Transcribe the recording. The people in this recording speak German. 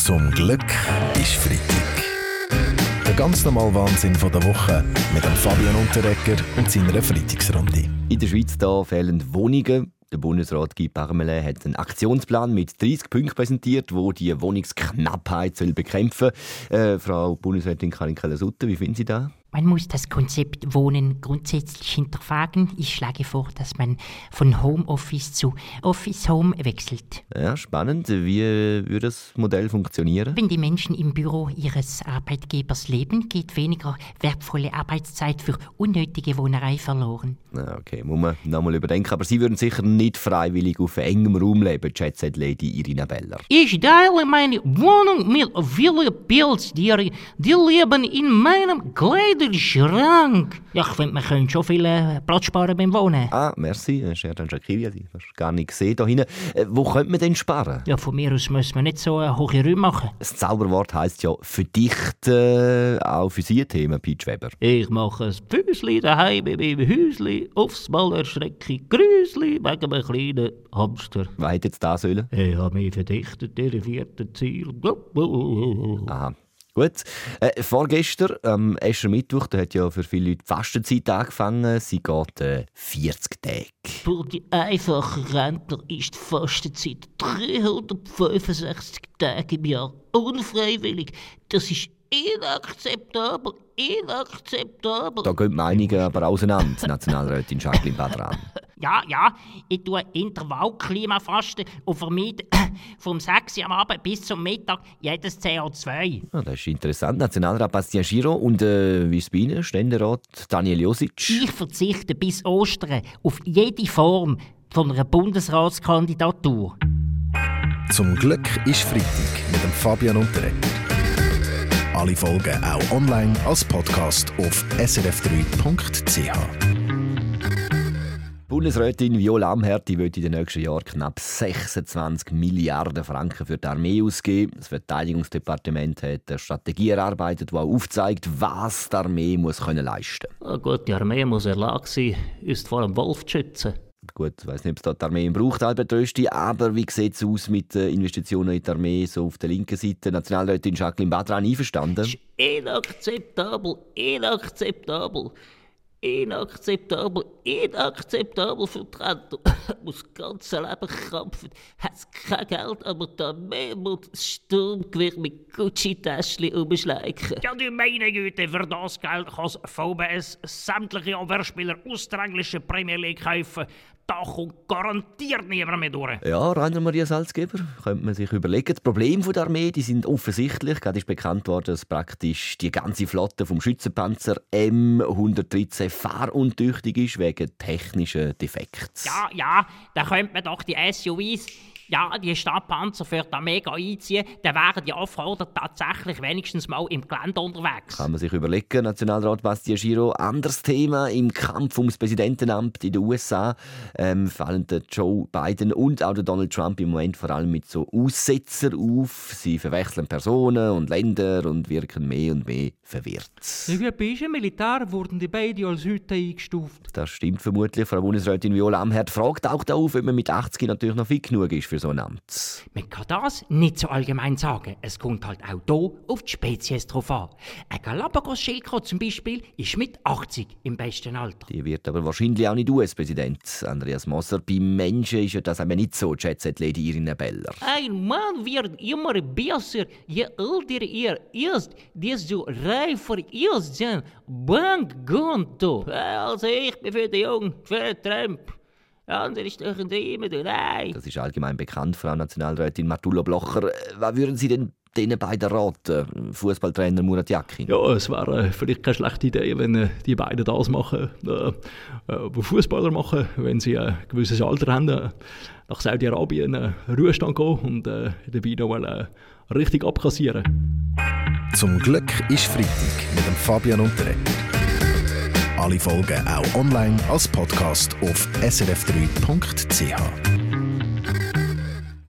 Zum Glück ist Freitag. Der ganz normale Wahnsinn von der Woche mit dem Fabian Unterreger und seiner Freitagsrunde. In der Schweiz fehlen Wohnungen. Der Bundesrat Guy Parmelin hat einen Aktionsplan mit 30 Punkten präsentiert, wo die Wohnungsknappheit bekämpfen soll. Frau Bundesrätin Karin Keller-Sutter, wie finden Sie das? Man muss das Konzept Wohnen grundsätzlich hinterfragen. Ich schlage vor, dass man von Homeoffice zu Office Home wechselt. Ja, spannend. Wie würde das Modell funktionieren? Wenn die Menschen im Büro ihres Arbeitgebers leben, geht weniger wertvolle Arbeitszeit für unnötige Wohnerei verloren. Ja, okay, muss man nochmal überdenken. Aber Sie würden sicher nicht freiwillig auf engem Raum leben, Jet-Set-Lady Irina Beller. Ich teile meine Wohnung mit vielen Pilztieren. Die leben in meinem Kleiderschrank. Ja, ich finde, man könnte schon viel Platz sparen beim Wohnen. Ah, merci, Sherdan Shakiri, ich habe gar nicht gesehen hier hinten. Wo könnte man denn sparen? Ja, von mir aus muss man nicht so hohe Räume machen. Das Zauberwort heisst ja verdichten, auch für Sie ein Thema, Peach Weber. Ich mache ein Füßli daheim in meinem Häusli, aufs Mal erschrecke ich Grüsli wegen einem kleinen Hamster. Was hätte jetzt da sollen? Ich habe mich verdichtet, ihr viertes Ziel. Aha. Gut. Vorgestern, am Eschermittwoch, da hat ja für viele Leute die Fastenzeit angefangen. Sie geht 40 Tage. Für die einfachen Rentner ist die Fastenzeit 365 Tage im Jahr. Unfreiwillig. Das ist inakzeptabel. Inakzeptabel. Da gehen die Meinungen aber auseinander, Nationalrätin Jacqueline Badran. Ja, ich tue Intervallklimafasten und vermeide vom 6 Uhr am Abend bis zum Mittag jedes CO2. Ja, das ist interessant. Nationalrat Bastian Giro und wie ist es bei Ihnen, Ständerat Daniel Josic? Ich verzichte bis Ostern auf jede Form von einer Bundesratskandidatur. Zum Glück ist Freitag mit dem Fabian Unterreger. Alle Folgen auch online als Podcast auf srf3.ch. Bundesrätin Viola Amherd will in den nächsten Jahren knapp 26 Milliarden Franken für die Armee ausgeben. Das Verteidigungsdepartement hat eine Strategie erarbeitet, die auch aufzeigt, was die Armee leisten muss. Ja, gut, die Armee muss in der Lage sein, uns vor dem Wolf zu schützen. Gut, ich weiss nicht, ob es da die Armee braucht, Albert Rösti, aber wie sieht es aus mit den Investitionen in die Armee so auf der linken Seite? Nationalrätin Jacqueline Badran einverstanden? Das ist inakzeptabel, inakzeptabel. Inakzeptabel, inakzeptabel für die Rente. Muss das ganze Leben krampfen. Hat kein Geld, aber die Armee muss das Sturmgewehr mit Gucci-Täschchen umschleichen. Ja, du meine Güte, für das Geld kann das VBS sämtliche Abwehrspieler aus der englischen Premier League kaufen. Da kommt garantiert niemand mehr durch. Ja, Rainer Maria Salzgeber, könnte man sich überlegen. Die Probleme der Armee die sind offensichtlich. Gerade ist bekannt worden, dass praktisch die ganze Flotte vom Schützenpanzer M113 fahruntüchtig ist wegen technischen Defekten. Ja, da könnte man doch die SUVs, die Stadtpanzer für die Armee einziehen, dann wären die Offroader tatsächlich wenigstens mal im Gelände unterwegs. Kann man sich überlegen, Nationalrat Bastian Giro. Anderes Thema im Kampf ums Präsidentenamt in den USA fallen der Joe Biden und auch der Donald Trump im Moment vor allem mit so Aussetzer auf. Sie verwechseln Personen und Länder und wirken mehr und mehr verwirrt. Im europäischen Militär wurden die beiden als Hüte eingestuft. Das stimmt vermutlich. Frau Bundesrätin Viola Amherd fragt auch auf, ob man mit 80 natürlich noch fit genug ist für so ein Amt. Man kann das nicht so allgemein sagen. Es kommt halt auch hier auf die Spezies drauf an. Ein Galapagos-Schildkröte zum Beispiel ist mit 80 im besten Alter. Die wird aber wahrscheinlich auch nicht US-Präsident. Andreas Moser, bei Menschen ist ja das aber nicht so, Jet-Set-Lady Irina Beller. Ein Mann wird immer besser, je älter er ist, desto reifer ist sein Bankkonto. Also ich bin für den Jungen, für Trump. Andere stechen immer rein. Das ist allgemein bekannt, Frau Nationalrätin Martula Blocher. Was würden Sie denn diesen beiden raten? Fußballtrainer Murat Yakin? Ja, es wäre vielleicht keine schlechte Idee, wenn die beiden das machen, was Fußballer machen, wenn sie ein gewisses Alter haben, nach Saudi-Arabien Ruhestand gehen und dabei noch mal richtig abkassieren. Zum Glück ist Freitag mit dem Fabian Unterreger. Alle Folgen auch online als Podcast auf srf3.ch.